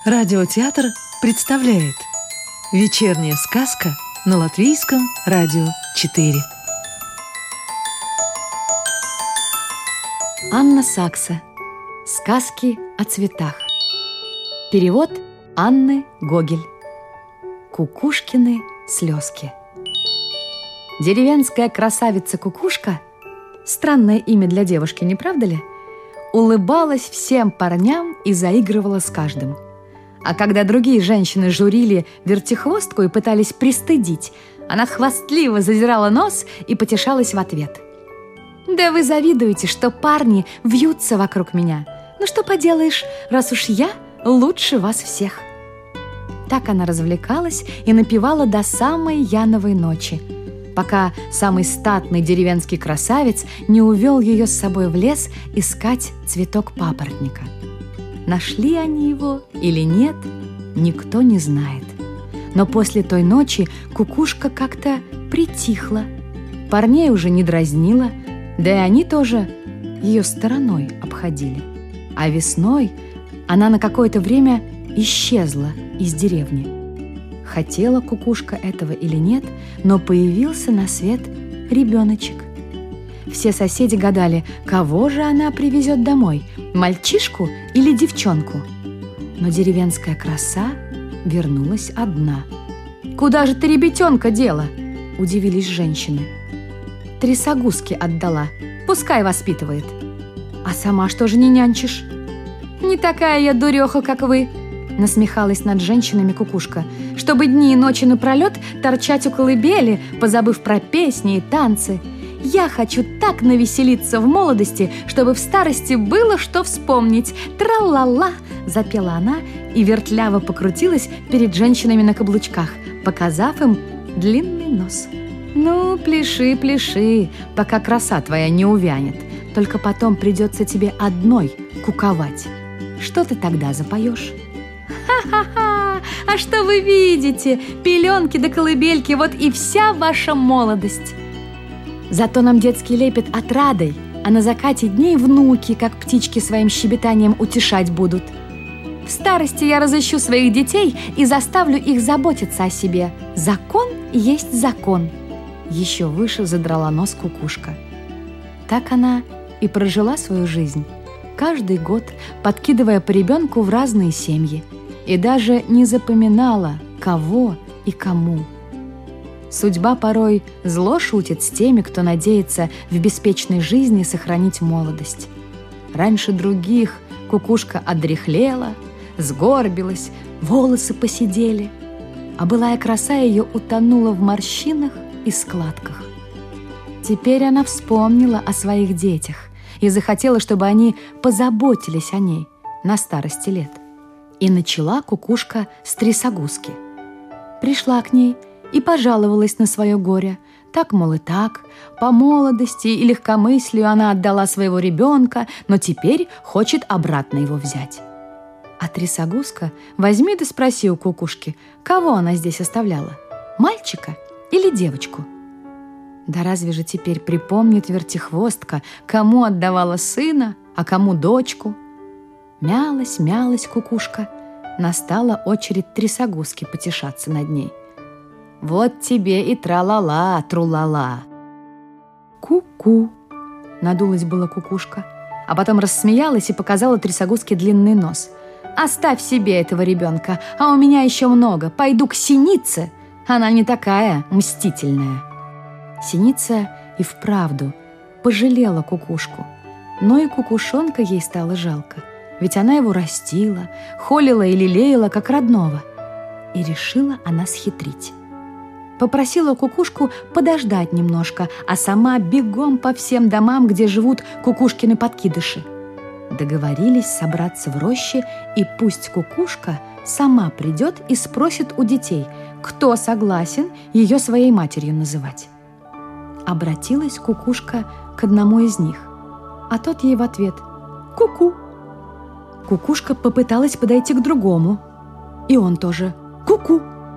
Радиотеатр представляет «Вечерняя сказка» на Латвийском радио 4. Анна Сакса. Сказки о цветах. Перевод Анны Гогель. Кукушкины слезки. Деревенская красавица-кукушка, странное имя для девушки, не правда ли, улыбалась всем парням и заигрывала с каждым. А когда другие женщины журили вертихвостку и пытались пристыдить, она хвастливо задирала нос и потешалась в ответ. «Да вы завидуете, что парни вьются вокруг меня. Ну что поделаешь, раз уж я лучше вас всех». Так она развлекалась и напевала до самой Яновой ночи, пока самый статный деревенский красавец не увел ее с собой в лес искать цветок папоротника. Нашли они его или нет, никто не знает. Но после той ночи кукушка как-то притихла, парней уже не дразнила, да и они тоже ее стороной обходили. А весной она на какое-то время исчезла из деревни. Хотела кукушка этого или нет, но появился на свет ребеночек. Все соседи гадали, кого же она привезет домой, мальчишку или девчонку. Но деревенская краса вернулась одна. «Куда же ты ребятенка дела?» – удивились женщины. «Трясогузке отдала, пускай воспитывает». «А сама что же не нянчишь?» «Не такая я дуреха, как вы», – насмехалась над женщинами кукушка, «чтобы дни и ночи напролет торчать у колыбели, позабыв про песни и танцы. Я хочу так навеселиться в молодости, чтобы в старости было что вспомнить. Тра-ла-ла!» – запела она и вертляво покрутилась перед женщинами на каблучках, показав им длинный нос. «Ну, пляши, пляши, пока краса твоя не увянет. Только потом придется тебе одной куковать. Что ты тогда запоешь?» «Ха-ха-ха! А что вы видите? Пеленки да колыбельки, вот и вся ваша молодость!» Зато нам детский лепет отрадой, а на закате дней внуки, как птички, своим щебетанием утешать будут. В старости я разыщу своих детей и заставлю их заботиться о себе. Закон есть закон. Еще выше задрала нос кукушка. Так она и прожила свою жизнь, каждый год подкидывая по ребенку в разные семьи, и даже не запоминала, кого и кому. Судьба порой зло шутит с теми, кто надеется в беспечной жизни сохранить молодость. Раньше других кукушка отдряхлела, сгорбилась, волосы поседели, а былая краса ее утонула в морщинах и складках. Теперь она вспомнила о своих детях и захотела, чтобы они позаботились о ней на старости лет. И начала кукушка с трясогузки. Пришла к ней и пожаловалась на свое горе. Так, мол, и так, по молодости и легкомыслию она отдала своего ребенка, но теперь хочет обратно его взять. А трясогузка возьми да спроси у кукушки, кого она здесь оставляла, мальчика или девочку? Да разве же теперь припомнит вертихвостка, кому отдавала сына, а кому дочку? Мялась, мялась кукушка. Настала очередь трясогузки потешаться над ней. «Вот тебе и тра-ла-ла, тру-ла-ла». «Ку-ку», — надулась была кукушка, а потом рассмеялась и показала трясогузке длинный нос. «Оставь себе этого ребенка, а у меня еще много. Пойду к синице, она не такая мстительная». Синица и вправду пожалела кукушку, но и кукушонка ей стало жалко, ведь она его растила, холила и лелеяла как родного. И решила она схитрить. Попросила кукушку подождать немножко, а сама бегом по всем домам, где живут кукушкины подкидыши. Договорились собраться в роще, и пусть кукушка сама придет и спросит у детей, кто согласен ее своей матерью называть. Обратилась кукушка к одному из них, а тот ей в ответ «Ку-ку». Кукушка попыталась подойти к другому, и он тоже «Ку-ку».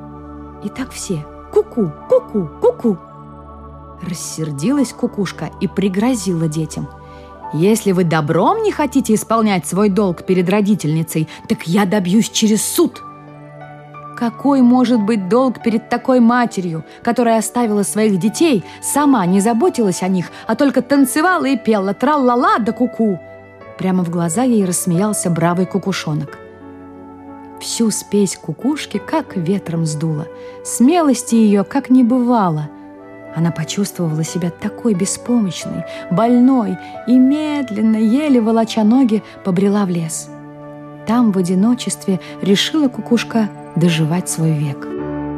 И так все «Ку-ку, ку-ку, ку-ку». Рассердилась кукушка и пригрозила детям: Если вы добром не хотите исполнять свой долг перед родительницей, так я добьюсь через суд. Какой может быть долг перед такой матерью, которая оставила своих детей, сама не заботилась о них, а только танцевала и пела трал-ла-ла да ку-ку? Прямо в глаза ей рассмеялся бравый кукушонок. Всю спесь кукушки как ветром сдуло, смелости ее как не бывало. Она почувствовала себя такой беспомощной, больной и медленно, еле волоча ноги, побрела в лес. Там в одиночестве решила кукушка доживать свой век.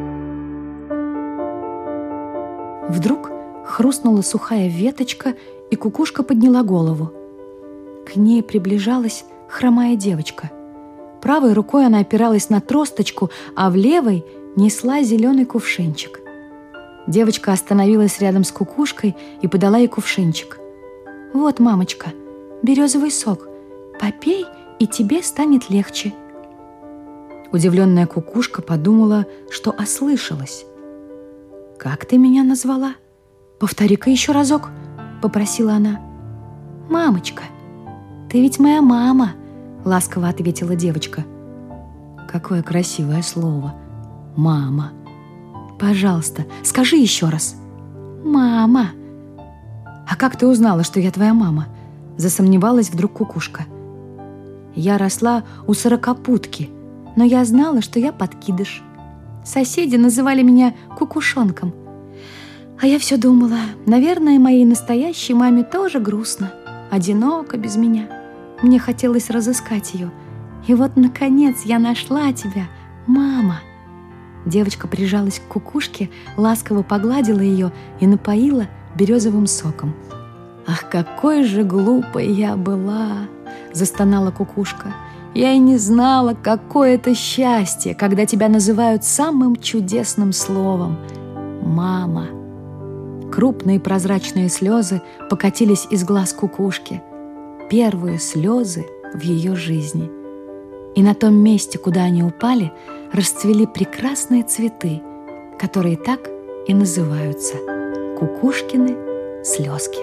Вдруг хрустнула сухая веточка, и кукушка подняла голову. К ней приближалась хромая девочка. Правой рукой она опиралась на тросточку, а в левой несла зеленый кувшинчик. Девочка остановилась рядом с кукушкой и подала ей кувшинчик. «Вот, мамочка, березовый сок. Попей, и тебе станет легче». Удивленная кукушка подумала, что ослышалась. «Как ты меня назвала? Повтори-ка еще разок», — попросила она. «Мамочка, ты ведь моя мама», — ласково ответила девочка. «Какое красивое слово! Мама! Пожалуйста, скажи еще раз. Мама!» «А как ты узнала, что я твоя мама?» — засомневалась вдруг кукушка. «Я росла у сорокопутки, но я знала, что я подкидыш. Соседи называли меня кукушонком. А я все думала, наверное, моей настоящей маме тоже грустно, одиноко без меня. Мне хотелось разыскать ее. И вот, наконец, я нашла тебя, мама». Девочка прижалась к кукушке, ласково погладила ее и напоила березовым соком. «Ах, какой же глупой я была!» — застонала кукушка. «Я и не знала, какое это счастье, когда тебя называют самым чудесным словом — мама». Крупные прозрачные слезы покатились из глаз кукушки. Первые слезы в ее жизни. И на том месте, куда они упали, расцвели прекрасные цветы, которые так и называются — кукушкины слезки.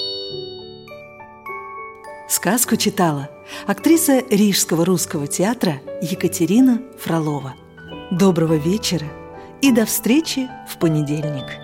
Сказку читала актриса Рижского русского театра Екатерина Фролова. Доброго вечера и до встречи в понедельник.